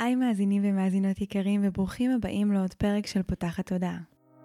היי מאזינים ומאזינות יקרים וברוכים הבאים לעוד פרק של פותחת תודעה.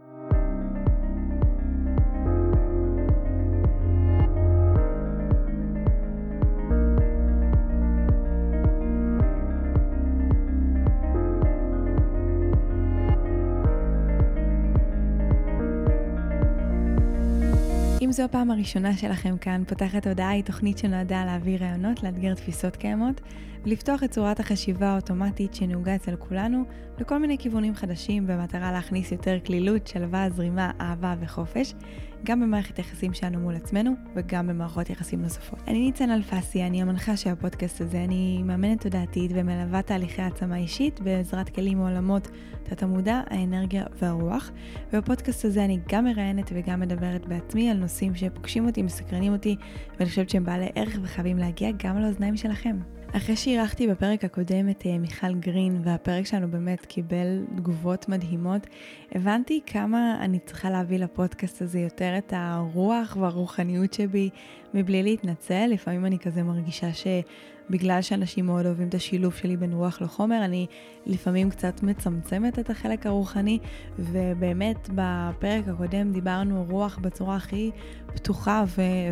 אם זו הפעם הראשונה שלכם כאן, פותחת תודעה היא תוכנית שנועדה להעביר רעיונות, לאתגר תפיסות קיימות ולפתוח את צורת החשיבה האוטומטית שנהוגה אצל כולנו לכל מיני כיוונים חדשים במטרה להכניס יותר כלילות, שלווה, זרימה, אהבה וחופש, גם במערכת יחסים שלנו מול עצמנו וגם במערכות יחסים נוספות. אני ניצן אלפסי, אני המנחה של הפודקאסט הזה, אני מאמנת תודעתית ומלווה תהליכי העצמה אישית בעזרת כלים מעולמות תת המודע, האנרגיה והרוח. ובפודקאסט הזה אני גם מראיינת וגם מדברת בעצמי על נושאים שפוגשים אותי, מסקרנים אותי, ואני חושבת שהם בעלי ערך וחייבים להגיע גם לאוזניים שלכם. אחרי שאירחתי בפרק הקודם את מיכל גרין, והפרק שלנו באמת קיבל תגובות מדהימות, הבנתי כמה אני צריכה להביא לפודקאסט הזה יותר את הרוח והרוחניות שבי, מבלי להתנצל. לפעמים אני כזה מרגישה שבגלל שאנשים מאוד אוהבים את השילוב שלי בין רוח לחומר, אני לפעמים קצת מצמצמת את החלק הרוחני, ובאמת בפרק הקודם דיברנו רוח בצורה הכי פתוחה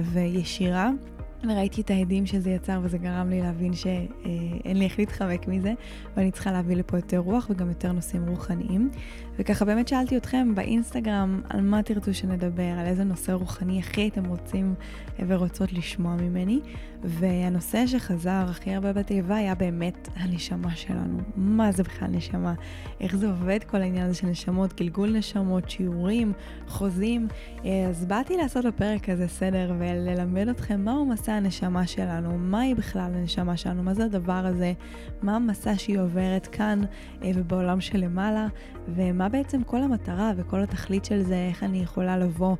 וישירה, וראיתי את העדים שזה יצר, וזה גרם לי להבין שאין לי איך להתחמק מזה, ואני צריכה להביא לפה יותר רוח וגם יותר נושאים רוחניים. וככה באמת שאלתי אתכם באינסטגרם על מה תרצו שנדבר, על איזה נושא רוחני הכי הייתם רוצים ורוצות לשמוע ממני, והנושא שחזר הכי הרבה בתיבה היה באמת הנשמה שלנו. מה זה בכלל נשמה? איך זה עובד כל העניין הזה של נשמות, גלגול נשמות, שיעורים, חוזים. אז באתי לעשות בפרק הזה סדר וללמד אתכם מהו מסע הנשמה שלנו, מהי בכלל הנשמה שלנו, מה זה הדבר הזה, מה המסע שהיא עוברת כאן ובעולם שלמעלה, ומה בעצם כל המטרה וכל התכלית של זה, איך אני יכולה לבוא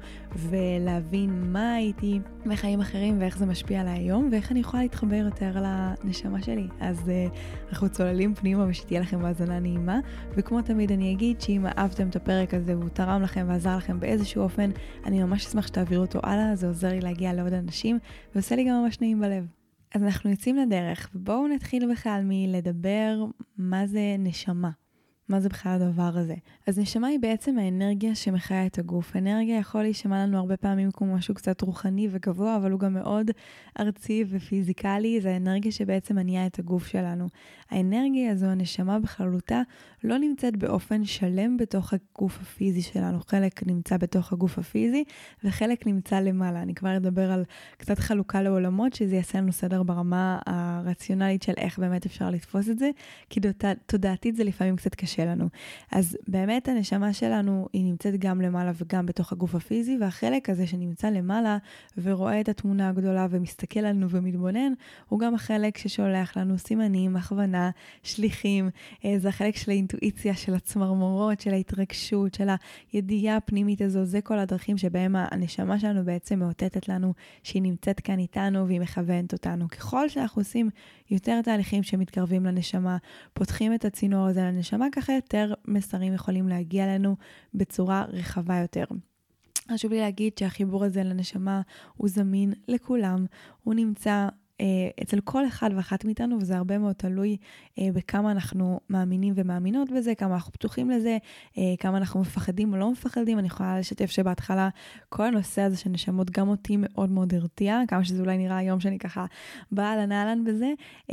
ולהבין מה הייתי בחיים אחרים ואיך זה משפיע עליי היום, ואיך אני יכולה להתחבר יותר לנשמה שלי. אז אנחנו צוללים פנימה ושתהיה לכם האזנה נעימה, וכמו תמיד אני אגיד שאם אהבתם את הפרק הזה והוא תרם לכם ועזר לכם באיזשהו אופן, אני ממש אשמח שתעבירו אותו הלאה, זה עוזר לי להגיע לעוד אנשים ועושה לי גם ממש נעים בלב. אז אנחנו יוצאים לדרך, ובואו נתחיל בכלל מלדבר מה זה נשמה. מה זה בכלל הדבר הזה? אז נשמה היא בעצם האנרגיה שמחיה את הגוף. אנרגיה יכול להישמע לנו הרבה פעמים כמו משהו קצת רוחני וגבוה, אבל הוא גם מאוד ארצי ופיזיקלי. זה האנרגיה שבעצם מניעה את הגוף שלנו. האנרגיה הזו, הנשמה בכללותה, לא נמצאת באופן שלם בתוך הגוף הפיזי שלנו. חלק נמצא בתוך הגוף הפיזי, וחלק נמצא למעלה. אני כבר אדבר על קצת חלוקה לעולמות, שזה יעשה לנו סדר ברמה הרציונלית של איך באמת אפשר לתפוס את זה, כי תודעתית זה לפעמים קצת קשה לנו. אז באמת הנשמה שלנו היא נמצאת גם למעלה וגם בתוך הגוף הפיזי, והחלק הזה שנמצא למעלה ורואה את התמונה הגדולה ומסתכל עלינו ומתבונן, הוא גם החלק ששולח לנו סימנים, הכוונה, שליחים. זה החלק של האינטואיציה, של הצמרמורות, של ההתרגשות, של הידיעה הפנימית הזו. זה כל הדרכים שבהם הנשמה שלנו בעצם מאותתת לנו שהיא נמצאת כאן איתנו והיא מכוונת אותנו. ככל שאנחנו עושים יותר תהליכים שמתקרבים לנשמה, פותחים את הצינור הזה לנשמה, ככה יותר מסרים יכולים להגיע לנו בצורה רחבה יותר. חשוב לי להגיד שהחיבור הזה לנשמה הוא זמין לכולם, הוא נמצא אצל כל אחד ואחת מאיתנו, וזה הרבה מאוד תלוי בכמה אנחנו מאמינים ומאמינות בזה, כמה אנחנו פתוחים לזה, כמה אנחנו מפחדים או לא מפחדים. אני יכולה לשתף שבהתחלה כל הנושא הזה של נשמות גם אותי מאוד מאוד הרתיע, כמה שזה אולי נראה היום שאני ככה באה לנעלן בזה,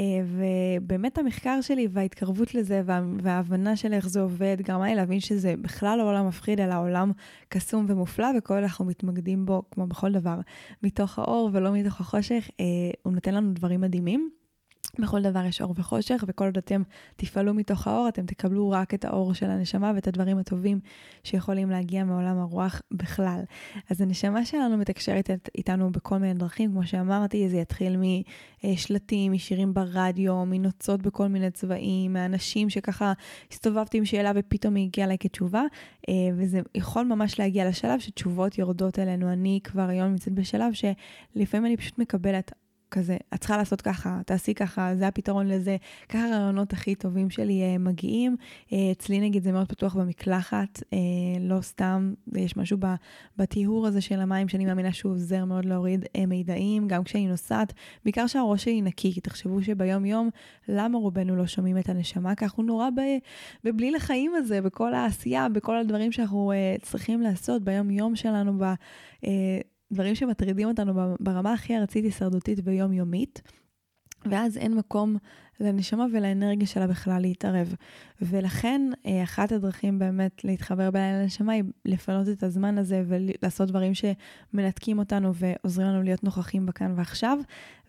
ובאמת המחקר שלי וההתקרבות לזה וההבנה של איך זה עובד גרמה לי להבין שזה בכלל לא עולם מפחיד, אלא עולם קסום ומופלא, וכל אנחנו מתמקדים בו כמו בכל דבר מתוך האור ולא מתוך החושך. הוא נותן לנו דברים מדהימים. בכל דבר יש אור וחושך, וכל עוד אתם תפעלו מתוך האור, אתם תקבלו רק את האור של הנשמה ואת הדברים הטובים שיכולים להגיע מעולם הרוח בכלל. אז הנשמה שלנו מתקשרת איתנו בכל מיני דרכים, כמו שאמרתי, זה יתחיל משלטים, משירים ברדיו, מנוצות בכל מיני צבעים, מאנשים שככה הסתובבתי עם שאלה ופתאום היא הגיעה אליי כתשובה, וזה יכול ממש להגיע לשלב שתשובות יורדות אלינו. אני כבר היום נמצאת בשלב שלפעמים אני פשוט מקבלת כזה, את צריכה לעשות ככה, תעשי ככה, זה הפתרון לזה, ככה הרעיונות הכי טובים שלי מגיעים. אצלי נגיד זה מאוד פתוח במקלחת, לא סתם, יש משהו בטיהור הזה של המים שאני מאמינה שהוא עוזר מאוד להוריד מידעים, גם כשאני נוסעת, בעיקר שהראש שלי נקי, כי תחשבו שביום יום, למה רובנו לא שומעים את הנשמה? כי אנחנו נורא בבלי לחיים הזה, בכל העשייה, בכל הדברים שאנחנו צריכים לעשות ביום יום שלנו, דברים שמטרידים אותנו ברמה הכי ארצית, הישרדותית ויומיומית, ואז אין מקום לנשמה ולאנרגיה שלה בכלל להתערב. ולכן, אחת הדרכים באמת להתחבר בלילה לנשמה היא לפנות את הזמן הזה ולעשות דברים שמנתקים אותנו ועוזרים לנו להיות נוכחים בכאן ועכשיו,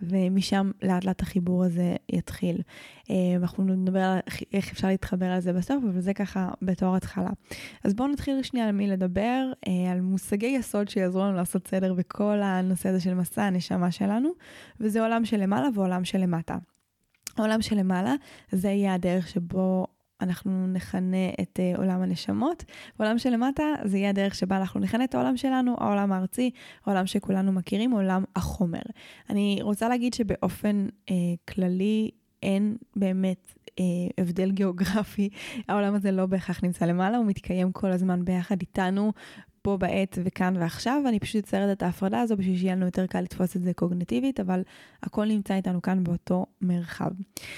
ומשם לאט לאט החיבור הזה יתחיל. אנחנו נדבר על איך אפשר להתחבר על זה בסוף, אבל זה ככה בתור התחלה. אז בואו נתחיל שנייה על מי לדבר, על מושגי יסוד שיעזרו לנו לעשות סדר בכל הנושא הזה של מסע הנשמה שלנו, וזה עולם של למעלה ועולם של למטה. העולם של למעלה, זה יהיה הדרך שבו אנחנו נכנה את עולם הנשמות, ועולם של למטה, זה יהיה הדרך שבה אנחנו נכנה את העולם שלנו, העולם הארצי, העולם שכולנו מכירים, עולם החומר. אני רוצה להגיד שבאופן כללי, אין באמת הבדל גיאוגרפי, העולם הזה לא בהכרח נמצא למעלה, הוא מתקיים כל הזמן ביחד איתנו, פה בעת וכאן ועכשיו, ואני פשוט יוצרת את ההפרדה הזו בשביל שיהיה לנו יותר קל לתפוס את זה קוגניטיבית, אבל הכל נמצא איתנו כאן באותו מרחב.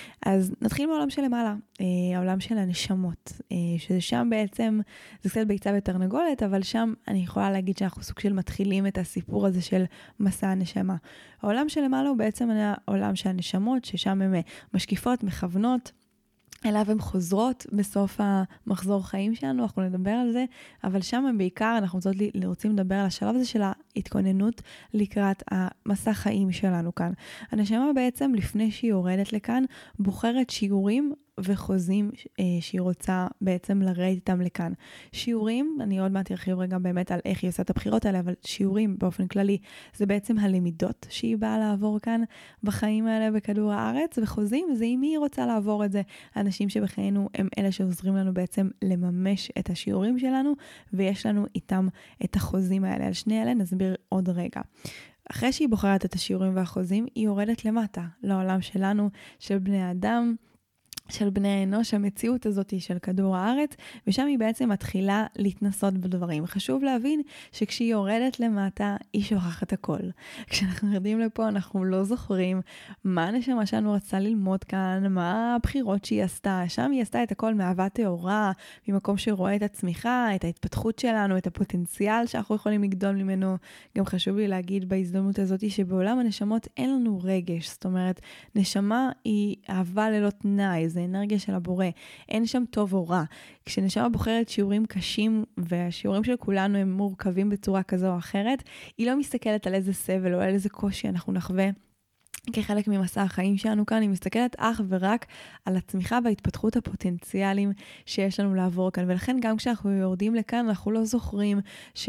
אז נתחיל מהעולם של למעלה, העולם של הנשמות, שזה שם בעצם, זה קצת ביצה ותרנגולת, אבל שם אני יכולה להגיד שאנחנו סוג של מתחילים את הסיפור הזה של מסע הנשמה. העולם של למעלה הוא בעצם העולם של הנשמות, ששם הן משקיפות, מכוונות, אליו הן חוזרות בסוף המחזור חיים שלנו, אנחנו נדבר על זה, אבל שם הם בעיקר, אנחנו רוצים לדבר על השלב הזה של ההתכוננות לקראת המסע חיים שלנו כאן. הנשמה בעצם, לפני שהיא יורדת לכאן, בוחרת שיעורים וחוזים שהיא רוצה בעצם לרדת איתם לכאן. שיעורים, אני עוד מעט ארחיב רגע באמת על איך היא עושה את הבחירות האלה, אבל שיעורים באופן כללי, זה בעצם הלמידות שהיא באה לעבור כאן בחיים האלה בכדור הארץ, וחוזים זה עם מי היא רוצה לעבור את זה. האנשים שבחיינו הם אלה שעוזרים לנו בעצם לממש את השיעורים שלנו, ויש לנו איתם את החוזים האלה. על שני אלה נסביר עוד רגע. אחרי שהיא בוחרת את השיעורים והחוזים, היא יורדת למטה, לעולם שלנו, של בני האדם, של בני האנוש, המציאות הזאת של כדור הארץ, ושם היא בעצם מתחילה להתנסות בדברים. חשוב להבין שכשהיא יורדת למטה, היא שוכחת הכל. כשאנחנו יורדים לפה, אנחנו לא זוכרים מה הנשמה שלנו רצה ללמוד כאן, מה הבחירות שהיא עשתה. שם היא עשתה את הכל מאהבה טהורה, ממקום שרואה את הצמיחה, את ההתפתחות שלנו, את הפוטנציאל שאנחנו יכולים לגדול ממנו. גם חשוב לי להגיד בהזדמנות הזאת שבעולם הנשמות אין לנו רגש. זאת אומרת, נשמה היא אהבה ללא תנאי, זה אנרגיה של הבורא. אין שם טוב או רע. כשנשמה בוחרת שיעורים קשים, והשיעורים של כולנו הם מורכבים בצורה כזו או אחרת, היא לא מסתכלת על איזה סבל או על איזה קושי אנחנו נחווה כחלק ממסע החיים שלנו כאן, היא מסתכלת אך ורק על הצמיחה וההתפתחות הפוטנציאליים שיש לנו לעבור כאן. ולכן גם כשאנחנו יורדים לכאן, אנחנו לא זוכרים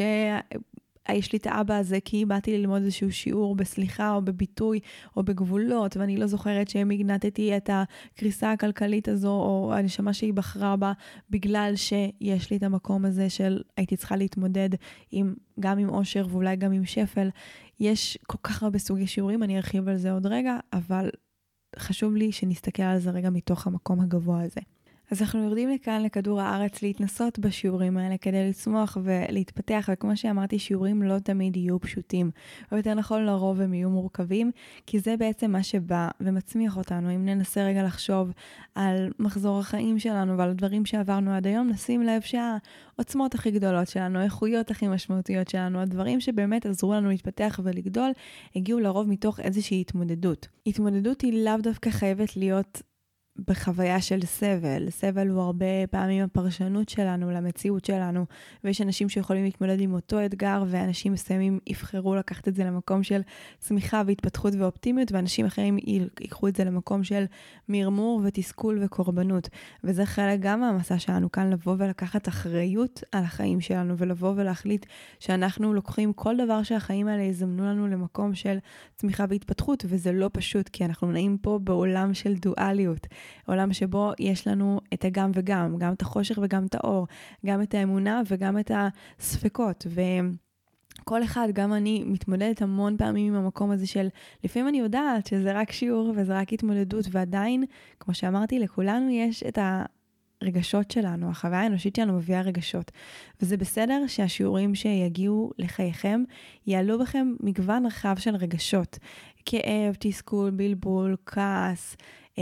יש לי את האבא הזה כי באתי ללמוד איזשהו שיעור בסליחה או בביטוי או בגבולות, ואני לא זוכרת שהם הגנתתי את הקריסה הכלכלית הזו או הנשמה שהיא בחרה בה, בגלל שיש לי את המקום הזה של הייתי צריכה להתמודד גם עם עושר ואולי גם עם שפל. יש כל כך הרבה סוגי שיעורים, אני ארחיב על זה עוד רגע, אבל חשוב לי שנסתכל על זה רגע מתוך המקום הגבוה הזה. אז אנחנו יורדים לכאן לכדור הארץ להתנסות בשיעורים האלה כדי לצמוח ולהתפתח, וכמו שאמרתי, שיעורים לא תמיד יהיו פשוטים, או יותר נכון לרוב הם יהיו מורכבים, כי זה בעצם מה שבא ומצמיח אותנו. אם ננסה רגע לחשוב על מחזור החיים שלנו ועל הדברים שעברנו עד היום, נשים לב שהעוצמות הכי גדולות שלנו, האיכויות הכי משמעותיות שלנו, הדברים שבאמת עזרו לנו להתפתח ולגדול, הגיעו לרוב מתוך איזושהי התמודדות. התמודדות היא לאו דווקא חייבת להיות בחוויה של סבל. סבל הוא הרבה פעמים הפרשנות שלנו למציאות שלנו, ויש אנשים שיכולים להתמודד עם אותו אתגר, ואנשים מסוימים יבחרו לקחת את זה למקום של צמיחה והתפתחות ואופטימיות, ואנשים אחרים ייקחו את זה למקום של מרמור ותסכול וקורבנות. וזה חלק גם מהמסע שלנו כאן, לבוא ולקחת אחריות על החיים שלנו, ולבוא ולהחליט שאנחנו לוקחים כל דבר שהחיים האלה יזמנו לנו למקום של צמיחה והתפתחות, וזה לא פשוט, כי אנחנו נעים פה בעולם של דואליות. עולם שבו יש לנו את הגם וגם, גם את החושך וגם את האור, גם את האמונה וגם את הספקות. כל אחד, גם אני, מתמודדת המון פעמים עם המקום הזה של, לפעמים אני יודעת שזה רק שיעור וזה רק התמודדות, ועדיין, כמו שאמרתי, לכולנו יש את הרגשות שלנו, החוויה האנושית שלנו מביאה רגשות. וזה בסדר שהשיעורים שיגיעו לחייכם, יעלו בכם מגוון רחב של רגשות. כאב, תסכול, בלבול, כעס,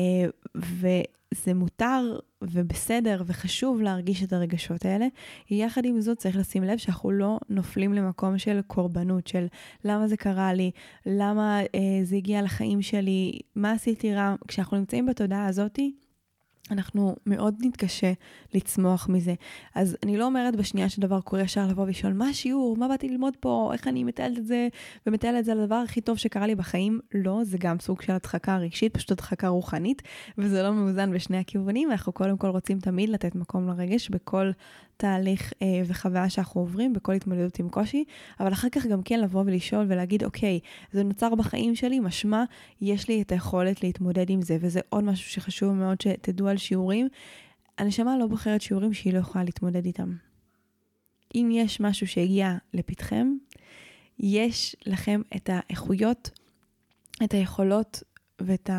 וזה מותר ובסדר וחשוב להרגיש את הרגשות האלה. יחד עם זאת צריך לשים לב שאנחנו לא נופלים למקום של קורבנות, של למה זה קרה לי, למה זה הגיע לחיים שלי, מה עשיתי רע. כשאנחנו נמצאים בתודעה הזאת, אנחנו מאוד נתקשה לצמוח מזה. אז אני לא אומרת בשנייה שדבר קורה ישר לבוא ולשאול, מה השיעור? מה באתי ללמוד פה? איך אני מטלת את זה? ומטלת את זה על הדבר הכי טוב שקרה לי בחיים? לא, זה גם סוג של הדחקה רגשית, פשוט הדחקה רוחנית, וזה לא מאוזן בשני הכיוונים. אנחנו קודם כל רוצים תמיד לתת מקום לרגש בכל תהליך וחוויה שאנחנו עוברים, בכל התמודדות עם קושי, אבל אחר כך גם כן לבוא ולשאול ולהגיד, אוקיי, זה נוצר בחיים שלי, משמע, יש לי את היכולת להתמודד עם זה, וזה עוד משהו שחשוב מאוד שתדעו על שיעורים. הנשמה לא בוחרת שיעורים שהיא לא יכולה להתמודד איתם. אם יש משהו שהגיע לפתחם, יש לכם את האיכויות, את היכולות ואת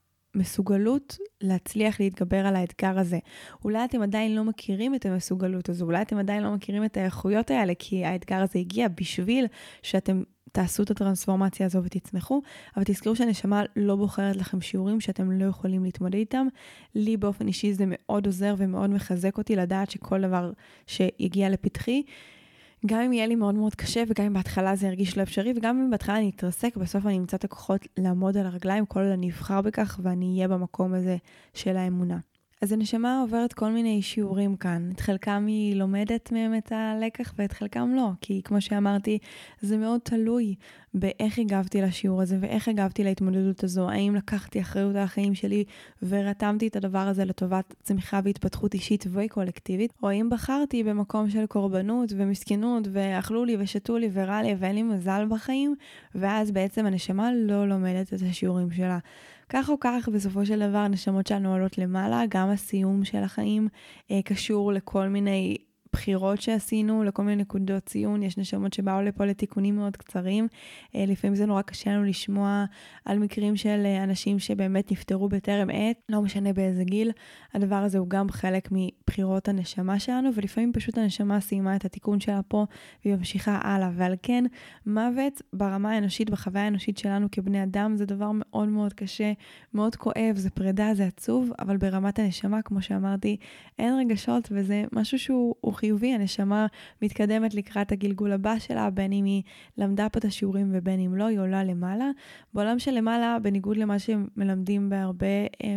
מסוגלות להצליח להתגבר על האתגר הזה. אולי אתם עדיין לא מכירים את המסוגלות הזו, אולי אתם עדיין לא מכירים את האיכויות האלה, כי האתגר הזה הגיע בשביל שאתם תעשו את הטרנספורמציה הזו ותצמחו, אבל תזכרו שהנשמה לא בוחרת לכם שיעורים שאתם לא יכולים להתמודד איתם. לי באופן אישי זה מאוד עוזר ומאוד מחזק אותי לדעת שכל דבר שיגיע לפתחי, גם אם יהיה לי מאוד מאוד קשה, וגם אם בהתחלה זה ירגיש לא אפשרי, וגם אם בהתחלה אני אתרסק, בסוף אני אמצא את הכוחות לעמוד על הרגליים, כל עוד אני אבחר בכך, ואני אהיה במקום הזה של האמונה. אז הנשמה עוברת כל מיני שיעורים כאן. את חלקם היא לומדת מהם את הלקח, ואת חלקם לא. כי כמו שאמרתי, זה מאוד תלוי באיך הגבתי לשיעור הזה, ואיך הגבתי להתמודדות הזו. האם לקחתי אחריות על החיים שלי, ורתמתי את הדבר הזה לטובת צמיחה והתפתחות אישית וקולקטיבית, או האם בחרתי במקום של קורבנות ומסכנות, ואכלו לי ושתו לי ורע לי, ואין לי מזל בחיים, ואז בעצם הנשמה לא לומדת את השיעורים שלה. כך או כך, בסופו של דבר, הנשמות שלנו עולות למעלה, גם הסיום של החיים קשור לכל מיני בחירות שעשינו, לכל מיני נקודות ציון. יש נשמות שבאו לפה לתיקונים מאוד קצרים. לפעמים זה נורא קשה לנו לשמוע על מקרים של אנשים שבאמת נפטרו בטרם עת, לא משנה באיזה גיל. הדבר הזה הוא גם חלק מבחירות הנשמה שלנו, ולפעמים פשוט הנשמה סיימה את התיקון שלה פה, והיא ממשיכה הלאה. ועל כן, מוות ברמה האנושית, בחוויה האנושית שלנו כבני אדם, זה דבר מאוד מאוד קשה, מאוד כואב, זה פרידה, זה עצוב, אבל ברמת הנשמה, כמו שאמרתי, אין רגשות, וזה משהו שהוא חיובי. הנשמה מתקדמת לקראת הגלגול הבא שלה, בין אם היא למדה פה את השיעורים ובין אם לא, היא עולה למעלה. בעולם של למעלה, בניגוד למה שמלמדים בהרבה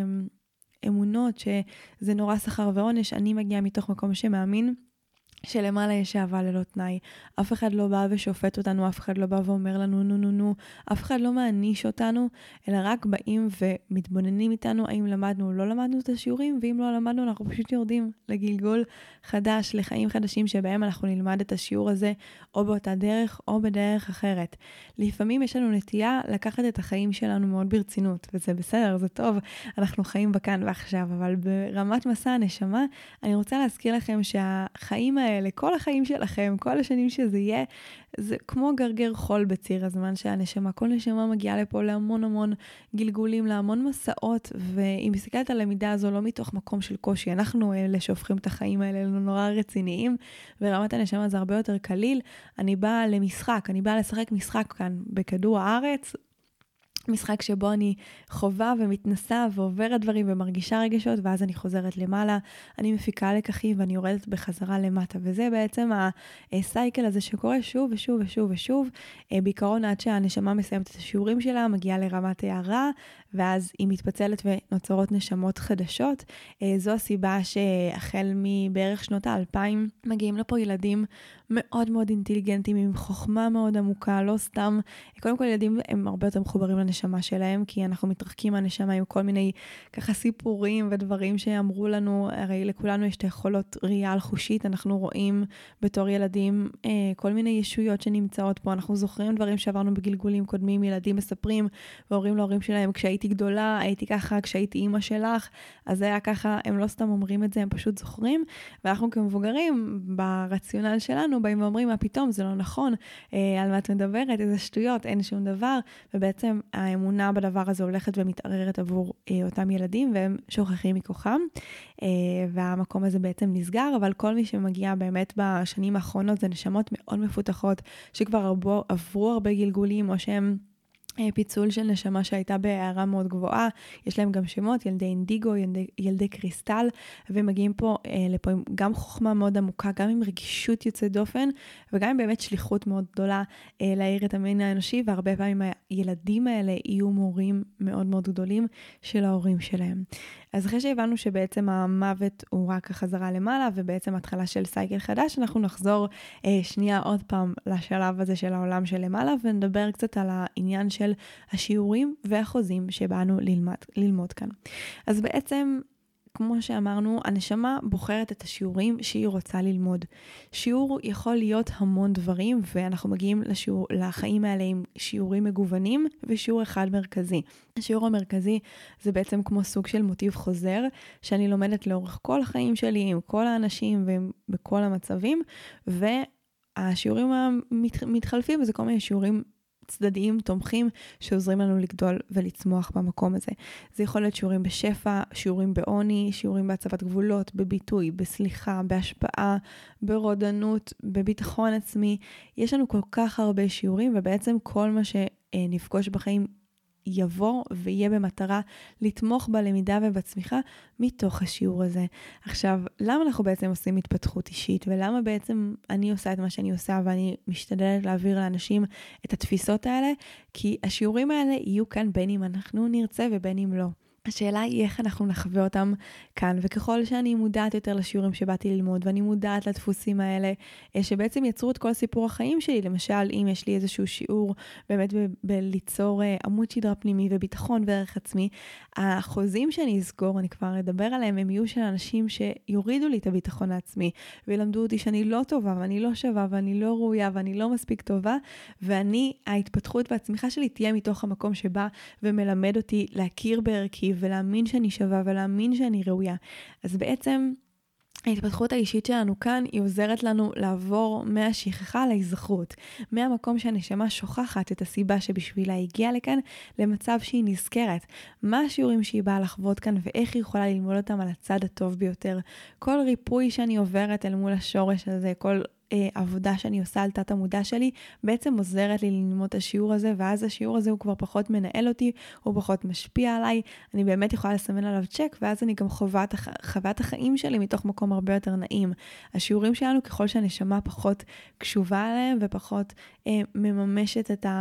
אמונות, שזה נורא שכר ועונש, אני מגיעה מתוך מקום שמאמין שלמעלה יש אהבה ללא תנאי. אף אחד לא בא ושופט אותנו, אף אחד לא בא ואומר לנו נו נו נו, אף אחד לא מעניש אותנו, אלא רק באים ומתבוננים איתנו האם למדנו או לא למדנו את השיעורים, ואם לא למדנו אנחנו פשוט יורדים לגלגול חדש, לחיים חדשים שבהם אנחנו נלמד את השיעור הזה, או באותה דרך או בדרך אחרת. לפעמים יש לנו נטייה לקחת את החיים שלנו מאוד ברצינות, וזה בסדר, זה טוב, אנחנו חיים בכאן ועכשיו, אבל ברמת מסע הנשמה, אני רוצה להזכיר לכם שהחיים האלה, כל החיים שלכם, כל השנים שזה יהיה, זה כמו גרגר חול בציר הזמן שהנשמה. כל נשמה מגיעה לפה להמון המון גלגולים, להמון מסעות, והיא מסתכלת על הלמידה הזו לא מתוך מקום של קושי. אנחנו אלה שהופכים את החיים האלה נורא רציניים, ורמת הנשמה זה הרבה יותר קליל. אני באה למשחק, אני באה לשחק משחק כאן בכדור הארץ, משחק שבו אני חובה ומתנסה ועוברת דברים ומרגישה רגשות, ואז אני חוזרת למעלה, אני מפיקה לקחים ואני יורדת בחזרה למטה, וזה בעצם הסייקל הזה שקורה שוב ושוב ושוב ושוב, בעיקרון עד שהנשמה מסיימת את השיעורים שלה, מגיעה לרמת הערה, ואז היא מתפצלת ונוצרות נשמות חדשות. זו הסיבה שהחל מבערך שנות ה-2000 מגיעים לפה ילדים מאוד מאוד אינטליגנטים, עם חוכמה מאוד עמוקה, לא סתם, קודם כל ילדים הם הרבה יותר מחוברים לנשמה, הנשמה שלהם, כי אנחנו מתרחקים מהנשמה עם כל מיני ככה סיפורים ודברים שאמרו לנו, הרי לכולנו יש את היכולות ראייה על חושית, אנחנו רואים בתור ילדים כל מיני ישויות שנמצאות פה, אנחנו זוכרים דברים שעברנו בגלגולים קודמים, ילדים מספרים והורים להורים שלהם, כשהייתי גדולה, הייתי ככה, כשהייתי אימא שלך, אז זה היה ככה, הם לא סתם אומרים את זה, הם פשוט זוכרים, ואנחנו כמבוגרים, ברציונל שלנו, באים ואומרים, מה פתאום, זה לא נכון, על מה את מדברת, איזה שטויות, אין שום דבר, ובעצם האמונה בדבר הזה הולכת ומתערערת עבור אותם ילדים, והם שוכחים מכוחם, והמקום הזה בעצם נסגר, אבל כל מי שמגיע באמת בשנים האחרונות, זה נשמות מאוד מפותחות, שכבר עברו הרבה גלגולים, או שהם פיצול של נשמה שהייתה בהערה מאוד גבוהה, יש להם גם שמות, ילדי אינדיגו, ילדי קריסטל, ומגיעים פה לפה עם גם חוכמה מאוד עמוקה, גם עם רגישות יוצאת דופן, וגם עם באמת שליחות מאוד גדולה להעיר את המין האנושי, והרבה פעמים הילדים האלה יהיו מורים מאוד מאוד גדולים של ההורים שלהם. אז אחרי שהבנו שבעצם המוות הוא רק החזרה למעלה, ובעצם התחלה של סייקל חדש, אנחנו נחזור שנייה עוד פעם לשלב הזה של העולם של למעלה, ונדבר קצת על העניין של השיעורים והחוזים שבאנו ללמוד כאן. אז בעצם, כמו שאמרנו, הנשמה בוחרת את השיעורים שהיא רוצה ללמוד. שיעור יכול להיות המון דברים, ואנחנו מגיעים לחיים האלה עם שיעורים מגוונים, ושיעור אחד מרכזי. השיעור המרכזי זה בעצם כמו סוג של מוטיב חוזר, שאני לומדת לאורך כל החיים שלי, עם כל האנשים ובכל המצבים, והשיעורים המתחלפים, זה כל מיני שיעורים צדדיים, תומכים, שעוזרים לנו לגדול ולצמוח במקום הזה. זה יכול להיות שיעורים בשפע, שיעורים בעוני, שיעורים בהצבת גבולות, בביטוי, בסליחה, בהשפעה, ברודנות, בביטחון עצמי. יש לנו כל כך הרבה שיעורים, ובעצם כל מה שנפגוש בחיים יבוא ויהיה במטרה לתמוך בלמידה ובצמיחה מתוך השיעור הזה. עכשיו, למה אנחנו בעצם עושים התפתחות אישית, ולמה בעצם אני עושה את מה שאני עושה, ואני משתדלת להעביר לאנשים את התפיסות האלה? כי השיעורים האלה יהיו כאן בין אם אנחנו נרצה ובין אם לא. השאלה היא איך אנחנו נחווה אותם כאן, וככל שאני מודעת יותר לשיעורים שבאתי ללמוד, ואני מודעת לדפוסים האלה, שבעצם יצרו את כל סיפור החיים שלי, למשל, אם יש לי איזשהו שיעור, באמת בליצור עמוד שדרה פנימי וביטחון וערך עצמי, החוזים שאני אזכור, אני כבר אדבר עליהם, הם יהיו של אנשים שיורידו לי את הביטחון העצמי, וילמדו אותי שאני לא טובה, ואני לא שווה, ואני לא ראויה, ואני לא מספיק טובה, ההתפתחות והצמיחה שלי תהיה מתוך המקום שבא ומלמד אותי להכיר בערכי, ולהאמין שאני שווה, ולהאמין שאני ראויה. אז בעצם ההתפתחות האישית שלנו כאן, היא עוזרת לנו לעבור מהשכחה להיזכרות, מהמקום שהנשמה שוכחת את הסיבה שבשבילה הגיעה לכאן, למצב שהיא נזכרת. מה השיעורים שהיא באה לחוות כאן, ואיך היא יכולה ללמוד אותם על הצד הטוב ביותר. כל ריפוי שאני עוברת אל מול השורש הזה, כל עבודה שאני עושה על תת המודע שלי, בעצם עוזרת לי ללמוד את השיעור הזה, ואז השיעור הזה הוא כבר פחות מנהל אותי, הוא פחות משפיע עליי, אני באמת יכולה לסמן עליו צ'ק, ואז אני גם חווה את החיים שלי מתוך מקום הרבה יותר נעים. השיעורים שלנו, ככל שהנשמה פחות קשובה עליהם, ופחות מממשת את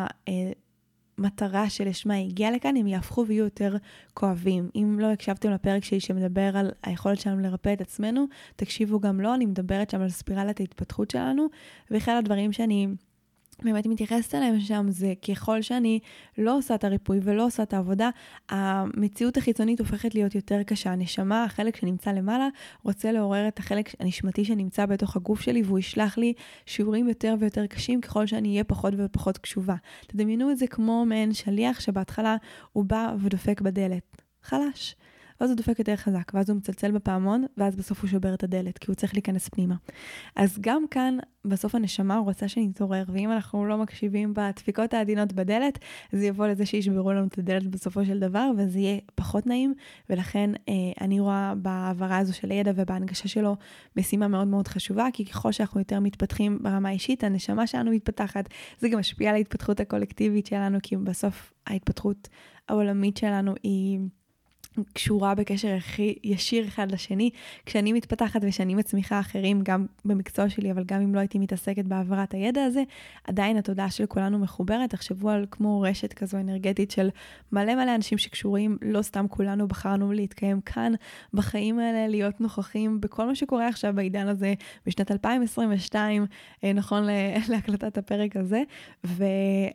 מטרה שלשמה הגיעה לכאן, הם יהפכו ויהיו יותר כואבים. אם לא הקשבתם לפרק שלי שמדבר על היכולת שלנו לרפא את עצמנו, תקשיבו גם לו, אני מדברת שם על ספירלת ההתפתחות שלנו, ואחד הדברים שאני באמת מתייחסת אליהם שם, זה ככל שאני לא עושה את הריפוי ולא עושה את העבודה, המציאות החיצונית הופכת להיות יותר קשה. הנשמה, החלק שנמצא למעלה, רוצה לעורר את החלק הנשמתי שנמצא בתוך הגוף שלי, והוא ישלח לי שיעורים יותר ויותר קשים, ככל שאני אהיה פחות ופחות קשובה. תדמיינו את זה כמו מעין שליח, שבהתחלה הוא בא ודופק בדלת. חלש. ואז הוא דופק יותר חזק, ואז הוא מצלצל בפעמון, ואז בסוף הוא שובר את הדלת, כי הוא צריך להיכנס פנימה. אז גם כאן, בסוף הנשמה רוצה שנתעורר, ואם אנחנו לא מקשיבים בדפיקות העדינות בדלת, זה יבוא לזה שישברו לנו את הדלת בסופו של דבר, וזה יהיה פחות נעים, ולכן אני רואה בעברה הזו של הידע ובהנגשה שלו משימה מאוד מאוד חשובה, כי ככל שאנחנו יותר מתפתחים ברמה האישית, הנשמה שלנו מתפתחת, זה גם משפיע על ההתפתחות הקולקטיבית שלנו, כי בסוף ההתפתחות העולמית שלנו היא קשורה בקשר ישיר אחד לשני. כשאני מתפתחת ושאני מצמיחה אחרים, גם במקצוע שלי, אבל גם אם לא הייתי מתעסקת בעברת הידע הזה, עדיין התודעה של כולנו מחוברת. תחשבו על כמו רשת כזו אנרגטית של מלא אנשים שקשורים, לא סתם כולנו בחרנו להתקיים כאן בחיים האלה, להיות נוכחים בכל מה שקורה עכשיו בעידן הזה, בשנת 2022, נכון להקלטת הפרק הזה,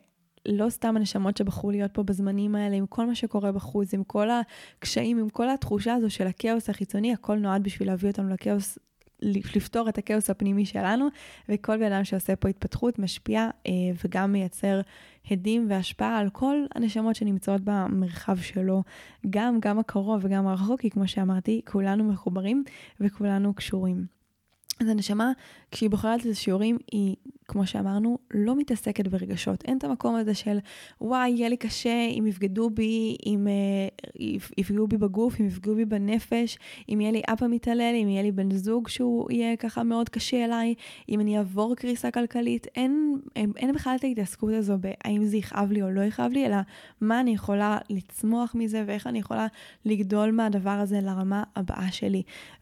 לא סתם הנשמות שבחרו להיות פה בזמנים האלה, עם כל מה שקורה בחוץ, עם כל הקשיים, עם כל התחושה הזו של הכאוס החיצוני, הכל נועד בשביל להביא אותנו לכאוס, לפתור את הכאוס הפנימי שלנו, וכל בן אדם שעושה פה התפתחות משפיע וגם מייצר הדים והשפעה על כל הנשמות שנמצאות במרחב שלו, גם הקרוב וגם הרחוק, כי כמו שאמרתי, כולנו מחוברים וכולנו קשורים. אז הנשמה, כשהיא בוחרת את השיעורים, היא, כמו שאמרנו, לא מתעסקת ברגשות. אין את המקום הזה של, וואי, יהיה לי קשה אם יפגדו בי, אם יפגעו בי בגוף, אם יפגעו בי בנפש, אם יהיה לי אבא מתעלל, אם יהיה לי בן זוג שהוא יהיה ככה מאוד קשה אליי, אם אני אעבור קריסה כלכלית. אין בכלל את ההתעסקות הזו בהאם זה יכאב לי או לא יכאב לי, אלא מה אני יכולה לצמוח מזה, ואיך אני יכולה לגדול מהדבר הזה לרמה הבאה שלי.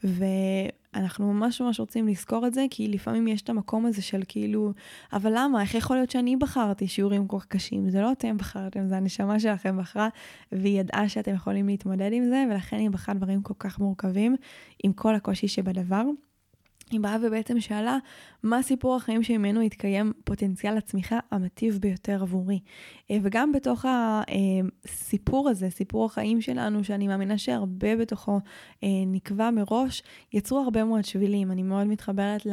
אנחנו ממש רוצים לזכור את זה, כי לפעמים יש את המקום הזה של כאילו, אבל למה? איך יכול להיות שאני בחרתי שיעורים כל כך קשים? זה לא אתם בחרתם, זה הנשמה שלכם בחרה, והיא ידעה שאתם יכולים להתמודד עם זה, ולכן היא בחרה דברים כל כך מורכבים, עם כל הקושי שבדבר. היא באה ובעצם שאלה, מה סיפור החיים שממנו התקיים פוטנציאל הצמיחה המטיב ביותר עבורי. וגם בתוך הסיפור הזה, סיפור החיים שלנו, שאני מאמינה שהרבה בתוכו נקבע מראש, יצרו הרבה מאוד שבילים. אני מאוד מתחברת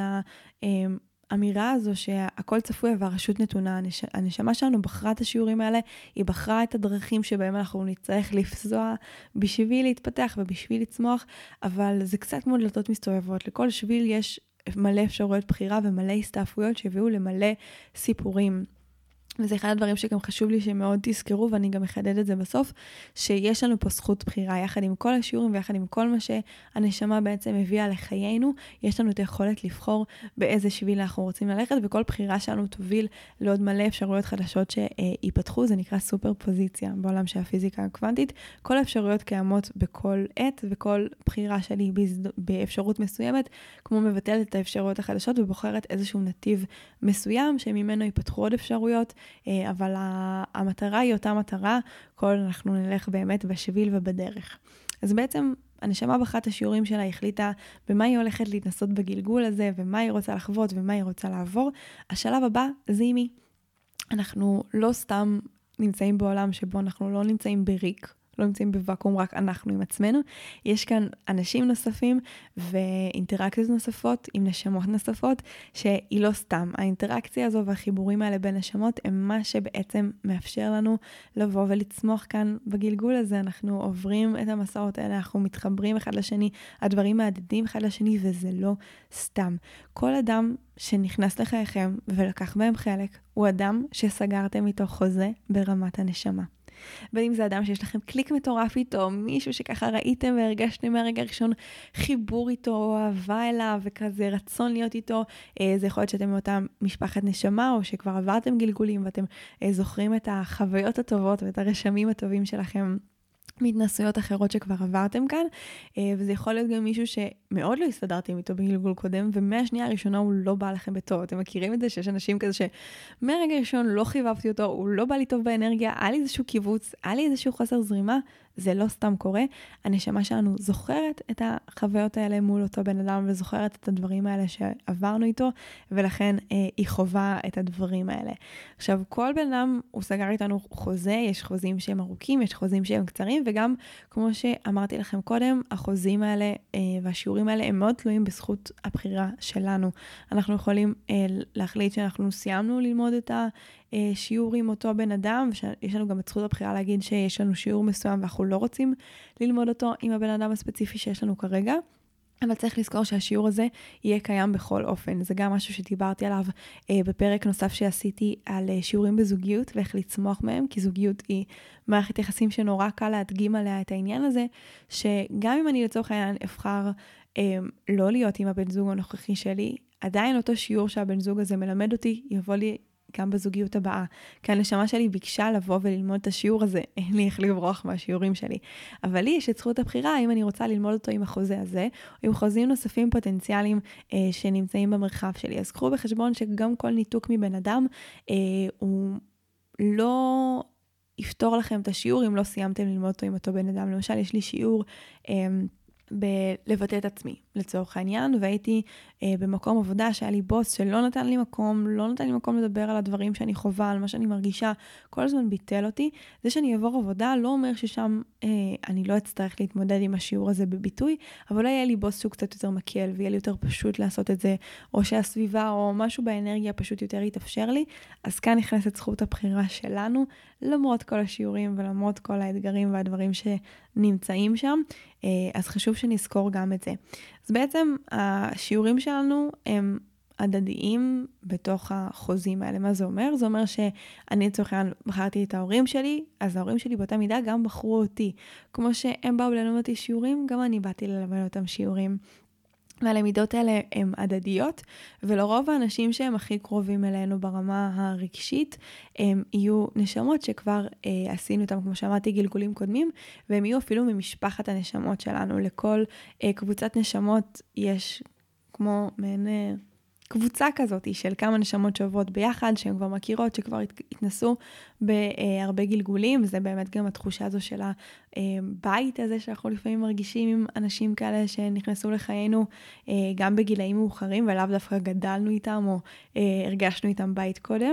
האמירה הזו שהכל צפוי והרשות נתונה. הנשמה שלנו בחרה את השיעורים האלה, היא בחרה את הדרכים שבהם אנחנו נצטרך לפסוע בשביל להתפתח ובשביל לצמוח, אבל זה קצת כמו דלתות מסתובבות. לכל שביל יש מלא אפשרויות בחירה ומלא הסתעפויות שהביאו למלא סיפורים. וזה אחד הדברים שגם חשוב לי שמאוד תזכרו, ואני גם מחדד את זה בסוף, שיש לנו פה זכות בחירה, יחד עם כל השיעורים ויחד עם כל מה שהנשמה בעצם הביאה לחיינו, יש לנו את היכולת לבחור באיזה שביל אנחנו רוצים ללכת, וכל בחירה שלנו תוביל לעוד מלא אפשרויות חדשות שיפתחו, זה נקרא סופר פוזיציה בעולם של הפיזיקה הקוונטית, כל האפשרויות קיימות בכל עת, וכל בחירה שלי באפשרות מסוימת, כמו מבטלת את האפשרויות החדשות, ובוחרת איזשהו נתיב מסוים, שממנו ייפתחו עוד אפשרויות, אבל המטרה היא אותה מטרה, כל אנחנו נלך באמת בשביל ובדרך. אז בעצם הנשמה בחרת השיעורים שלה, החליטה במה היא הולכת להתנסות בגלגול הזה, ומה היא רוצה לחוות ומה היא רוצה לעבור. השלב הבא זה עם מי. אנחנו לא סתם נמצאים בעולם שבו אנחנו לא נמצאים בריק, לא נמצאים בוואקום רק אנחנו עם עצמנו. יש כאן אנשים נוספים ואינטראקציות נוספות עם נשמות נוספות, שהיא לא סתם. האינטראקציה הזו והחיבורים האלה בין נשמות הם מה שבעצם מאפשר לנו לבוא ולצמוח כאן בגלגול הזה. אנחנו עוברים את המסעות האלה, אנחנו מתחברים אחד לשני, הדברים מעדדים אחד לשני, וזה לא סתם. כל אדם שנכנס לחייכם ולקח בהם חלק, הוא אדם שסגרתם איתו חוזה ברמת הנשמה. בין אם זה אדם שיש לכם קליק מטורף איתו, מישהו שככה ראיתם והרגשתם מהרגע הראשון חיבור איתו, אהבה אליו וכזה רצון להיות איתו, זה יכול להיות שאתם מאותה משפחת נשמה, או שכבר עברתם גלגולים ואתם זוכרים את החוויות הטובות ואת הרשמים הטובים שלכם מהתנסויות אחרות שכבר עברתם כאן, וזה יכול להיות גם מישהו שמאוד לא הסתדרתם איתו בגלגול קודם, ומהשנייה הראשונה הוא לא בא לכם בטוב. אתם מכירים את זה שיש אנשים כזה שמהרגע הראשון לא חיבבתי אותו, הוא לא בא לי טוב באנרגיה, היה לי איזשהו קיבוץ, היה לי איזשהו חוסר זרימה, זה לא סתם קורה. הנשמה שלנו זוכרת את החוויות האלה מול אותו בן אדם, וזוכרת את הדברים האלה שעברנו איתו, ולכן היא חובה את הדברים האלה. עכשיו, כל בן אדם הוא סגר איתנו חוזה, יש חוזים שהם ארוכים, יש חוזים שהם קצרים, וגם כמו שאמרתי לכם קודם, החוזים האלה והשיעורים האלה הם מאוד תלויים בזכות הבחירה שלנו. אנחנו יכולים להחליט שאנחנו סיימנו ללמוד את שיעור עם אותו בן אדם, ויש לנו גם את זכות הבחירה להגיד שיש לנו שיעור מסוים ואנחנו לא רוצים ללמוד אותו עם הבן אדם הספציפי שיש לנו כרגע, אבל צריך לזכור שהשיעור הזה יהיה קיים בכל אופן. זה גם משהו שדיברתי עליו בפרק נוסף שעשיתי על שיעורים בזוגיות ואיך לצמוח מהם, כי זוגיות היא מערכת יחסים שנורא קל להדגים עליה את העניין הזה, שגם אם אני לצורך העניין אבחר לא להיות עם הבן זוג הנוכחי שלי, עדיין אותו שיעור שהבן זוג הזה מלמד אותי יבוא לי גם בזוגיות הבאה. כי הנשמה שלי ביקשה לבוא וללמוד את השיעור הזה, אין לי איך לברוח מהשיעורים שלי. אבל לי יש את זכות הבחירה, אם אני רוצה ללמוד אותו עם החוזה הזה, או עם חוזים נוספים פוטנציאליים שנמצאים במרחב שלי. אז קחו בחשבון שגם כל ניתוק מבן אדם, הוא לא יפתור לכם את השיעור אם לא סיימתם ללמוד אותו עם אותו בן אדם. למשל, יש לי שיעור בלבטא את עצמי, לצורך העניין, והייתי במקום עבודה שהיה לי בוס שלא נתן לי מקום, לא נתן לי מקום לדבר על הדברים שאני חווה, על מה שאני מרגישה, כל הזמן ביטל אותי. זה שאני אעבור עבודה לא אומר ששם אני לא אצטרך להתמודד עם השיעור הזה בביטוי, אבל אולי יהיה לי בוס שהוא קצת יותר מקל, ויהיה לי יותר פשוט לעשות את זה, או שהסביבה או משהו באנרגיה פשוט יותר יתאפשר לי. אז כאן נכנסת זכות הבחירה שלנו, למרות כל השיעורים ולמרות כל האתגרים והדברים שנמצאים שם. אז חשוב שנזכור גם את זה. אז בעצם השיעורים שלנו הם הדדיים בתוך החוזים האלה. מה זה אומר? זה אומר שאני לצורך העניין בחרתי את ההורים שלי, אז ההורים שלי באותה מידה גם בחרו אותי. כמו שהם באו ללמד אותי שיעורים, גם אני באתי ללמד אותם שיעורים. והלמידות האלה הן הדדיות, ולרוב האנשים שהם הכי קרובים אלינו ברמה הרגשית, הם יהיו נשמות שכבר עשינו אותם, כמו שאמרתי, גלגולים קודמים, והם יהיו אפילו ממשפחת הנשמות שלנו. לכל קבוצת נשמות יש כמו מעין קבוצה כזאת של כמה נשמות שעוברות ביחד, שהן כבר מכירות, שכבר התנסו בהרבה גלגולים, וזה באמת גם התחושה הזו של הבית הזה שאנחנו לפעמים מרגישים עם אנשים כאלה שנכנסו לחיינו גם בגילאים מאוחרים, ולאו דווקא גדלנו איתם או הרגשנו איתם בית קודם.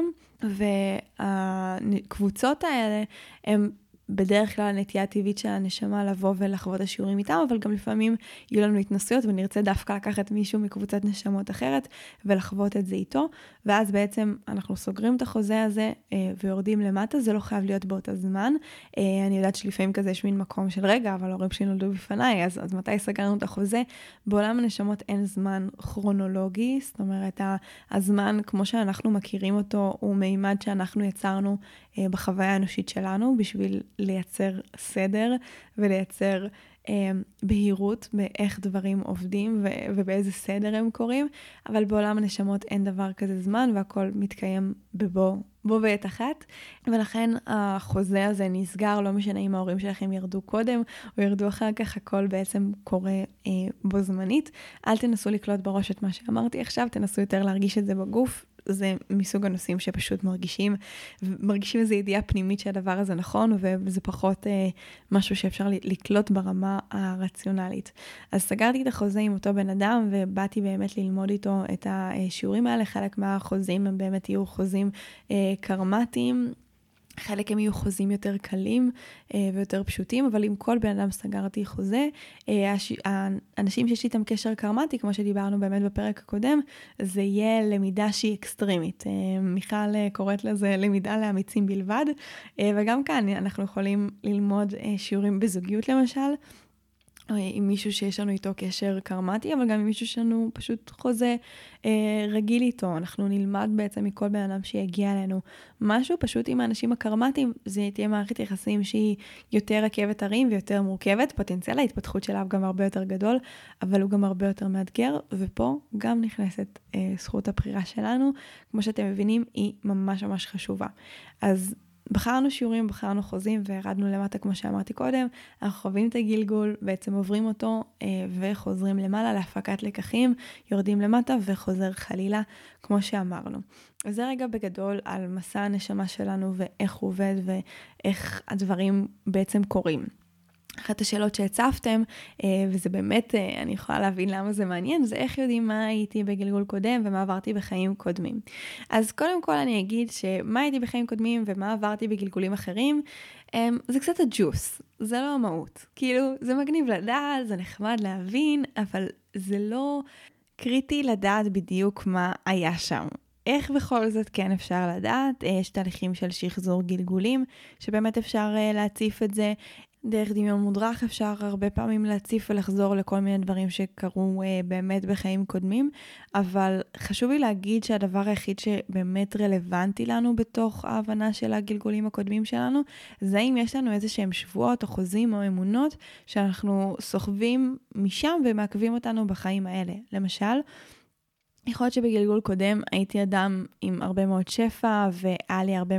והקבוצות האלה הן בדרך כלל הנטייה הטבעית של הנשמה לבוא ולחוות השיעורים איתם, אבל גם לפעמים יהיו לנו התנסויות ונרצה דווקא לקחת מישהו מקבוצת נשמות אחרת ולחוות את זה איתו, ואז בעצם אנחנו סוגרים את החוזה הזה ויורדים למטה. זה לא חייב להיות באותו זמן. אני יודעת שלפעמים כזה יש מין מקום של רגע, אבל ההורים שלי נולדו בפניי, אז מתי סגרנו את החוזה? בעולם הנשמות אין זמן כרונולוגי, זאת אומרת הזמן כמו שאנחנו מכירים אותו הוא מימד שאנחנו יצרנו בחוויה האנושית שלנו בשביל לייצר סדר ולייצר בהירות באיך דברים עובדים ובאיזה סדר הם קורים, אבל בעולם הנשמות אין דבר כזה זמן והכל מתקיים בו בעת אחת, ולכן החוזה הזה נסגר, לא משנה אם ההורים שלכם ירדו קודם או ירדו אחר כך, הכל בעצם קורה בו זמנית. אל תנסו לקלוט בראש את מה שאמרתי עכשיו, תנסו יותר להרגיש את זה בגוף. זה מסוג הנושאים שפשוט מרגישים איזו ידיעה פנימית שהדבר הזה נכון, וזה פחות משהו שאפשר לקלוט ברמה הרציונלית. אז סגרתי את החוזה עם אותו בן אדם, ובאתי באמת ללמוד איתו את השיעורים האלה. חלק מהחוזים הם באמת יהיו חוזים קרמטיים, חלק הם יהיו חוזים יותר קלים ויותר פשוטים, אבל עם כל בן אדם סגרתי חוזה. האנשים שיש איתם קשר קרמטי, כמו שדיברנו באמת בפרק הקודם, זה יהיה למידה שהיא אקסטרימית. מיכל קוראת לזה למידה לאמיצים בלבד, וגם כאן אנחנו יכולים ללמוד שיעורים בזוגיות למשל, עם מישהו שיש לנו איתו קשר קרמטי, אבל גם עם מישהו שלנו פשוט חוזה רגיל איתו. אנחנו נלמד בעצם מכל בן אדם שיגיע אלינו משהו. פשוט עם האנשים הקרמטיים זה תהיה מערכת יחסים שהיא יותר רכבת הרים ויותר מורכבת. פוטנציאל ההתפתחות שלה גם הרבה יותר גדול, אבל הוא גם הרבה יותר מאתגר, ופה גם נכנסת זכות הבחירה שלנו. כמו שאתם מבינים, היא ממש ממש חשובה. אז בחרנו שיעורים, בחרנו חוזים וירדנו למטה כמו שאמרתי קודם. אנחנו חווים את הגלגול, בעצם עוברים אותו וחוזרים למעלה להפקת לקחים, יורדים למטה וחוזר חלילה כמו שאמרנו. אז זה רגע בגדול על מסע הנשמה שלנו ואיך הוא עובד ואיך הדברים בעצם קורים. אחת השאלות שהצפתם, וזה באמת, אני יכולה להבין למה זה מעניין, זה איך יודעים מה הייתי בגלגול קודם ומה עברתי בחיים קודמים. אז קודם כל אני אגיד שמה הייתי בחיים קודמים ומה עברתי בגלגולים אחרים, זה קצת הג'וס, זה לא המהות. כאילו, זה מגניב לדעת, זה נחמד להבין, אבל זה לא קריטי לדעת בדיוק מה היה שם. איך בכל זאת כן אפשר לדעת? יש תהליכים של שחזור גלגולים, שבאמת אפשר להציף את זה. דרך דמיון מודרך אפשר הרבה פעמים להציף ולחזור לכל מיני דברים שקרו באמת בחיים קודמים, אבל חשוב לי להגיד שהדבר היחיד שבאמת רלוונטי לנו בתוך ההבנה של הגלגולים הקודמים שלנו, זה אם יש לנו איזה שהם שבועות או חוזים או אמונות שאנחנו סוחבים משם ומעכבים אותנו בחיים האלה. למשל, יכול להיות שבגלגול קודם הייתי אדם עם הרבה מאוד שפע, והיה לי הרבה מאוד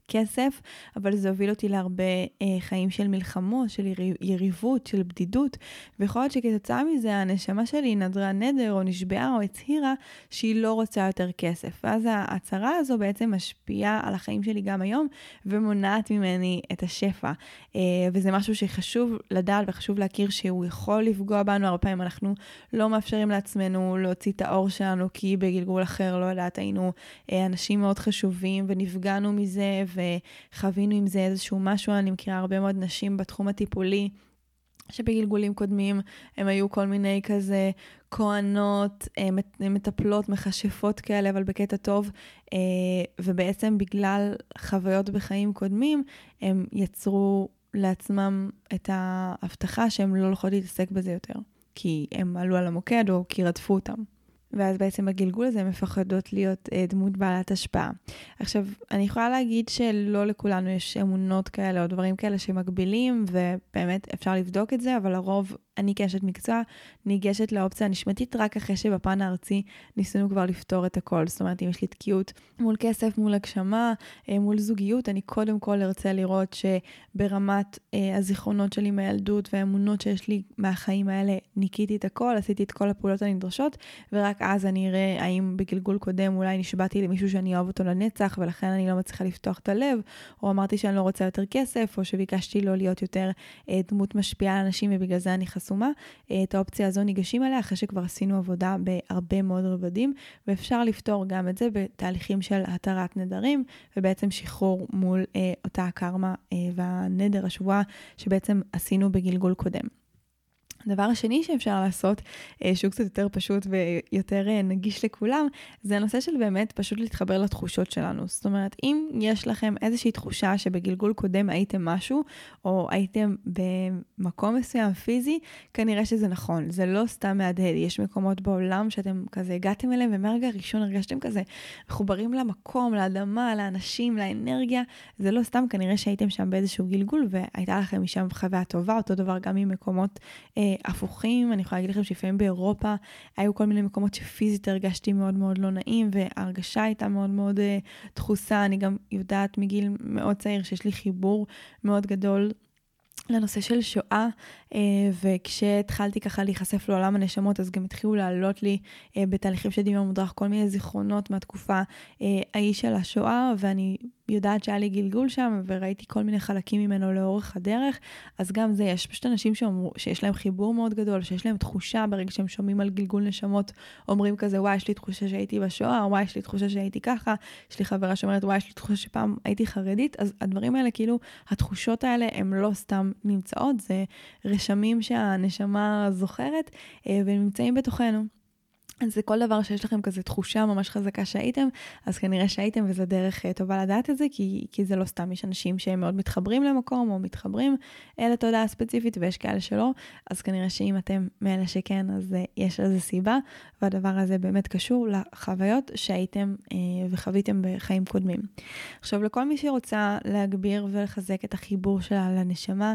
כסף, אבל זה הוביל אותי להרבה חיים של מלחמות, של יריבות, של בדידות, ויכול להיות שכתוצאה מזה הנשמה שלי נדרה נדר או נשבעה או הצהירה שהיא לא רוצה יותר כסף. ואז ההצהרה הזו בעצם משפיעה על החיים שלי גם היום, ומונעת ממני את השפע. וזה משהו שחשוב לדעת וחשוב להכיר שהוא יכול לפגוע בנו. הרבה פעמים אנחנו לא מאפשרים לעצמנו להוציא את האור שלנו, כי בגלגול אחר, לא יודעת, היינו אנשים מאוד חשובים ונפגענו מזה וחווינו עם זה איזשהו משהו. אני מכירה הרבה מאוד נשים בתחום הטיפולי, שבגלגולים קודמים הם היו כל מיני כזה כהנות, מטפלות, מכשפות כאלה, אבל בקטע טוב, ובעצם בגלל חוויות בחיים קודמים, הם יצרו לעצמם את ההבטחה שהם לא הולכות להתעסק בזה יותר, כי הם עלו על המוקד או כי רדפו אותם. ואז בעצם בגלגול הזה הם מפחדות להיות דמות בעלת השפעה. עכשיו, אני יכולה להגיד שלא לכולנו יש אמונות כאלה או דברים כאלה שמגבילים, ובאמת אפשר לבדוק את זה, אבל לרוב אני כאשת מקצוע ניגשת לאופציה הנשמתית רק אחרי שבפן הארצי ניסינו כבר לפתור את הכל. זאת אומרת, אם יש לי תקיעות מול כסף, מול הגשמה, מול זוגיות, אני קודם כל ארצה לראות שברמת הזיכרונות שלי מהילדות והאמונות שיש לי מהחיים האלה, ניקיתי את הכל, עשיתי את כל הפעולות הנדרשות, ורק אז אני אראה האם בגלגול קודם אולי נשבעתי למישהו שאני אוהב אותו לנצח, ולכן אני לא מצליחה לפתוח את הלב, או אמרתי שאני לא רוצה יותר כסף, או שביקשתי לא להיות יותר דמות משפיעה על אנשים, ובגלל זה אני חסומה. את האופציה הזו ניגשים עליה אחרי שכבר עשינו עבודה בהרבה מאוד רבדים, ואפשר לפתור גם את זה בתהליכים של התרת נדרים, ובעצם שחרור מול אותה הקרמה והנדר השבועה שבעצם עשינו בגלגול קודם. הדבר השני שאפשר לעשות, שהוא קצת יותר פשוט ויותר נגיש לכולם, זה הנושא של באמת פשוט להתחבר לתחושות שלנו. זאת אומרת, אם יש לכם איזושהי תחושה שבגלגול קודם הייתם משהו, או הייתם במקום מסוים פיזי, כנראה שזה נכון. זה לא סתם מהדהד. יש מקומות בעולם שאתם כזה הגעתם אליהם, ומהרגע הראשון הרגשתם כזה מחוברים למקום, לאדמה, לאנשים, לאנרגיה. זה לא סתם, כנראה שהייתם שם באיזשהו גלגול, והייתה לכם משם חוויה טובה. אותו דבר גם ממקומות הפוכים. אני יכולה להגיד לכם שלפעמים באירופה היו כל מיני מקומות שפיזית הרגשתי מאוד מאוד לא נעים, וההרגשה הייתה מאוד מאוד דחוסה. אני גם יודעת מגיל מאוד צעיר שיש לי חיבור מאוד גדול לנושא של שואה, וכשהתחלתי ככה להיחשף לעולם הנשמות, אז גם התחילו לעלות לי בתהליכים של דמיון מודרך כל מיני זיכרונות מהתקופה ההיא של השואה, ואני יודעת שהיה לי גלגול שם, וראיתי כל מיני חלקים ממנו לאורך הדרך. אז גם זה, יש פשוט אנשים שיש להם חיבור מאוד גדול, שיש להם תחושה ברגע שהם שומעים על גלגול נשמות, אומרים כזה, וואי, יש לי תחושה שהייתי בשואה, וואי, יש לי תחושה שהייתי ככה, יש לי חברה שאומרת, וואי, יש לי תחושה שפעם הייתי חרדית. אז הדברים האלה, כאילו, התחושות האלה, הם לא סתם נמצאות, זה רשמים שהנשמה זוכרת, והם נמצאים בתוכנו. אז זה כל דבר שיש לכם כזה תחושה ממש חזקה שהייתם, אז כנראה שהייתם, וזה דרך טובה לדעת את זה, כי זה לא סתם, יש אנשים שהם מאוד מתחברים למקום, או מתחברים לתודעה ספציפית, ויש כאלה שלא, אז כנראה שאם אתם מאלה שכן, אז יש לזה סיבה, והדבר הזה באמת קשור לחוויות שהייתם וחוויתם בחיים קודמים. עכשיו, לכל מי שרוצה להגביר ולחזק את החיבור שלה לנשמה,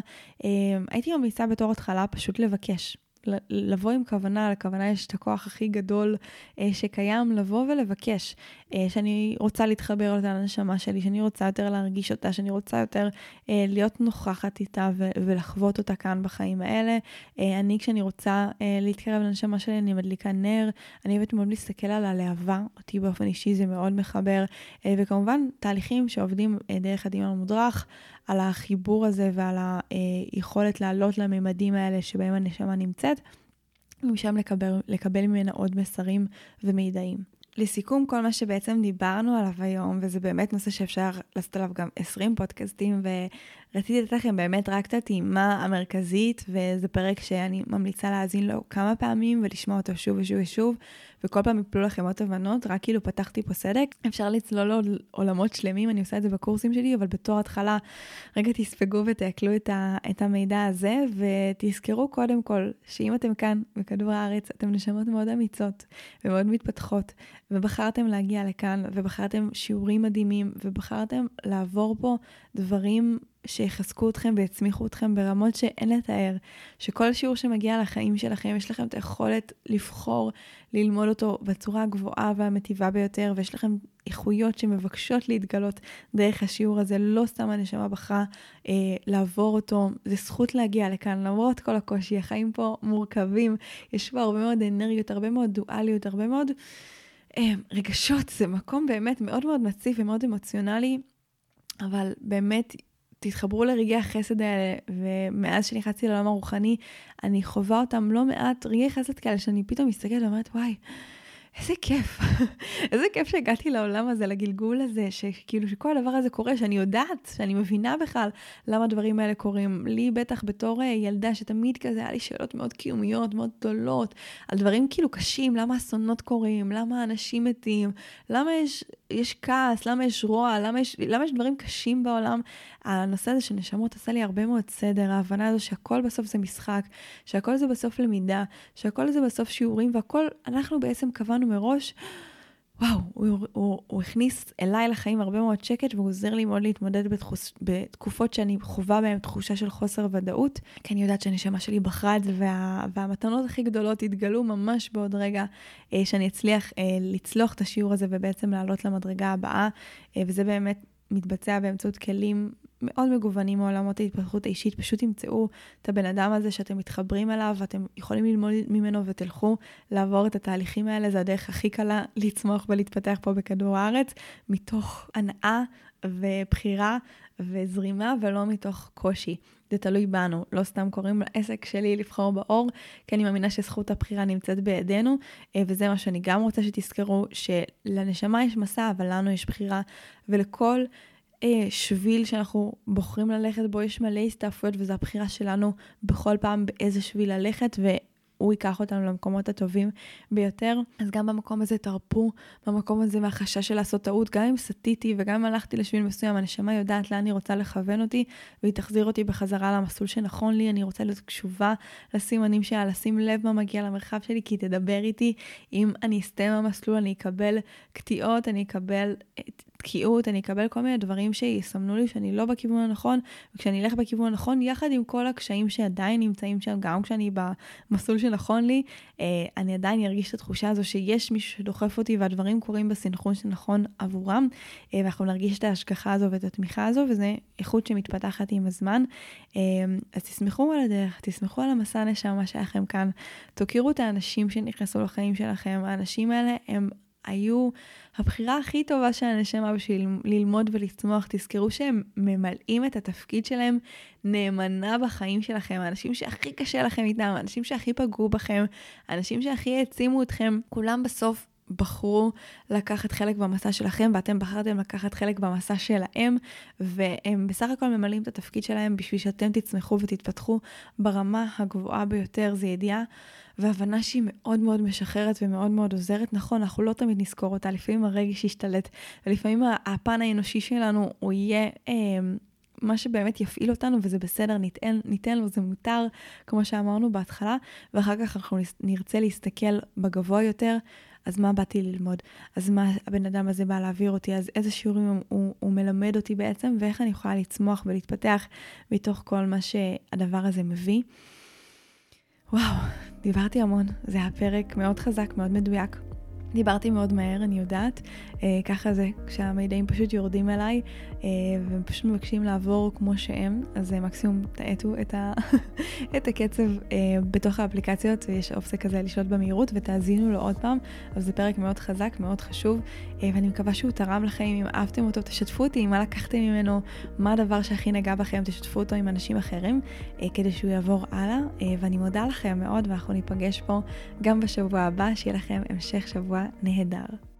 הייתי ממליצה בתור התחלה פשוט לבקש. לבוא עם כוונה, לכוונה יש את הכוח הכי גדול שקיים, לבוא ולבקש שאני רוצה להתחבר אותה לנשמה שלי, שאני רוצה יותר להרגיש אותה, שאני רוצה יותר להיות נוכחת איתה ולחוות אותה כאן בחיים האלה. אני כשאני רוצה להתקרב לנשמה שלי, אני מדליקה נר, אני אוהבת מאוד להסתכל על הלהבה, אותי באופן אישי זה מאוד מחבר, וכמובן תהליכים שעובדים דרך הדמיון המודרך, על החיבור הזה ועל היכולת לעלות לממדים האלה שבהם הנשמה נמצאת, ומשם לקבל ממנה עוד מסרים ומידעים. לסיכום, כל מה שבעצם דיברנו עליו היום, וזה באמת נושא שאפשר לעשות עליו גם 20 פודקאסטים, ורציתי לתת לכם באמת רק את הטעימה המרכזית, וזה פרק שאני ממליצה להאזין לו כמה פעמים, ולשמוע אותו שוב ושוב ושוב, וכל פעם יפלו לכם עוד תובנות, רק כאילו פתחתי פה סדק. אפשר לצלול לעולמות שלמים, אני עושה את זה בקורסים שלי, אבל בתור התחלה, רגע תספגו ותעכלו את המידע הזה, ותזכרו קודם כל, שאם אתם כאן בכדור הארץ, אתם נשמות מאוד אמיצות, ומאוד מתפתחות, ובחרתם להגיע לכאן, ובחרתם שיעורים מדהימים, ובחרתם לעבור פה דברים שיחזקו אתכם ויצמיחו אתכם ברמות שאין לתאר, שכל שיעור שמגיע לחיים שלכם, יש לכם את היכולת לבחור ללמוד אותו בצורה הגבוהה והמטיבה ביותר, ויש לכם איכויות שמבקשות להתגלות דרך השיעור הזה, לא סתם הנשמה בחרה לעבור אותו, זה זכות להגיע לכאן, למרות כל הקושי, החיים פה מורכבים, יש פה הרבה מאוד אנרגיות, הרבה מאוד דואליות, הרבה מאוד רגשות, זה מקום באמת מאוד מאוד מציף ומאוד אמוציונלי, אבל באמת תתחברו לרגעי החסד האלה, ומאז שנכנסתי לעולם הרוחני, אני חווה אותם לא מעט רגעי חסד כאלה, שאני פתאום מסתכלת ואומרת, וואי, איזה כיף, איזה כיף שהגעתי לעולם הזה, לגלגול הזה, שכאילו שכל הדבר הזה קורה, שאני יודעת, שאני מבינה בכלל למה הדברים האלה קורים. לי בטח בתור ילדה שתמיד כזה, היה לי שאלות מאוד קיומיות, מאוד גדולות, על דברים כאילו קשים, למה אסונות קורים, למה אנשים מתים, למה יש כעס, למה יש רוע, למה יש דברים קשים בעולם. הנושא הזה של נשמות עשה לי הרבה מאוד סדר, ההבנה הזו שהכל בסוף זה משחק, שהכל זה בסוף למידה, שהכל זה בסוף שיעורים, והכל אנחנו בעצם קבענו מראש, וואו, הוא הכניס אליי לחיים הרבה מאוד שקט, והוא עוזר לי מאוד להתמודד בתקופות שאני חובה בהן תחושה של חוסר ודאות, כי אני יודעת שהנשמה שלי בחרה את זה, והמתנות הכי גדולות התגלו ממש בעוד רגע, שאני אצליח לצלוח את השיעור הזה, ובעצם לעלות למדרגה הבאה, וזה באמת מתבצע באמצעות כלים מאוד מגוונים מעולמות ההתפתחות האישית, פשוט תמצאו את הבן אדם הזה שאתם מתחברים אליו, ואתם יכולים ללמוד ממנו ותלכו לעבור את התהליכים האלה, זה הדרך הכי קלה לצמוח ולהתפתח פה בכדור הארץ, מתוך הנאה ובחירה וזרימה, ולא מתוך קושי. זה תלוי בנו, לא סתם קוראים לעסק שלי לבחור באור, כי אני מאמינה שזכות הבחירה נמצאת בידינו, וזה מה שאני גם רוצה שתזכרו, שלנשמה יש מסע, אבל לנו יש בחירה, ולכל שביל שאנחנו בוחרים ללכת בו יש מלא הסתעפויות, וזו הבחירה שלנו בכל פעם באיזה שביל ללכת, והוא ייקח אותנו למקומות הטובים ביותר. אז גם במקום הזה תרפו, במקום הזה מהחשש של לעשות טעות, גם אם סטיתי וגם אם הלכתי לשביל מסוים, הנשמה יודעת לאן היא רוצה לכוון אותי, והיא תחזיר אותי בחזרה למסלול שנכון לי. אני רוצה להיות קשובה לסימנים שלה, לשים לב מה מגיע למרחב שלי, כי היא תדבר איתי. אם אני אסתם המסלול, אני אקבל קטיעות, אני אקבל תקיעות, אני אקבל כל מיני דברים שיסמנו לי שאני לא בכיוון הנכון, וכשאני אלך בכיוון הנכון, יחד עם כל הקשיים שעדיין נמצאים שם, גם כשאני במסלול שנכון לי, אני עדיין ארגיש את התחושה הזו שיש מישהו שדוחף אותי, והדברים קורים בסנכרון שנכון עבורם, ואנחנו נרגיש את ההשגחה הזו ואת התמיכה הזו, וזה איכות שמתפתחת עם הזמן. אז תסמכו על הדרך, תסמכו על המסע הנשמה שלכם כאן, תוכירו את האנשים שנכנסו לחיים שלכם, האנשים האלה הם היו הבחירה הכי טובה של הנשמה בשביל ללמוד ולצמוח. תזכרו שהם ממלאים את התפקיד שלהם נאמנה בחיים שלכם. האנשים שהכי קשה לכם איתם, האנשים שהכי פגעו בכם, האנשים שהכי העצימו אתכם, כולם בסוף בחרו לקחת חלק במסע שלכם, ואתם בחרתם לקחת חלק במסע שלהם, והם בסך הכל ממלאים את התפקיד שלהם בשביל שאתם תצמחו ותתפתחו ברמה הגבוהה ביותר. זה ידיעה והבנה שהיא מאוד מאוד משחררת ומאוד מאוד עוזרת. נכון, אנחנו לא תמיד נזכור אותה, לפעמים הרגש ישתלט, ולפעמים הפן האנושי שלנו הוא יהיה מה שבאמת יפעיל אותנו, וזה בסדר, ניתן לו, זה מותר, כמו שאמרנו בהתחלה, ואחר כך אנחנו נרצה להסתכל בגבוה יותר, אז מה באתי ללמוד? אז מה הבן אדם הזה בא להעביר אותי? אז איזה שיעורים הוא מלמד אותי בעצם, ואיך אני יכולה לצמוח ולהתפתח מתוך כל מה שהדבר הזה מביא. וואו, דיברתי המון. זה היה פרק מאוד חזק, מאוד מדויק. דיברתי מאוד מהר, אני יודעת. ככה זה, כשהמידעים פשוט יורדים אליי, והם פשוט מבקשים לעבור כמו שהם, אז מקסימום תעטו את הקצב בתוך האפליקציות, ויש אופציה כזה לשלוט במהירות, ותאזינו לו עוד פעם. אז זה פרק מאוד חזק, מאוד חשוב, ואני מקווה שהוא תרם לכם. אם אהבתם אותו, תשתפו אותי, מה לקחתם ממנו, מה הדבר שהכי נגע בכם, תשתפו אותו עם אנשים אחרים, כדי שהוא יעבור הלאה. ואני מודה לכם מאוד, ואנחנו ניפגש פה גם בשבוע הבא, שיהיה לכם המשך שבוע נהדר.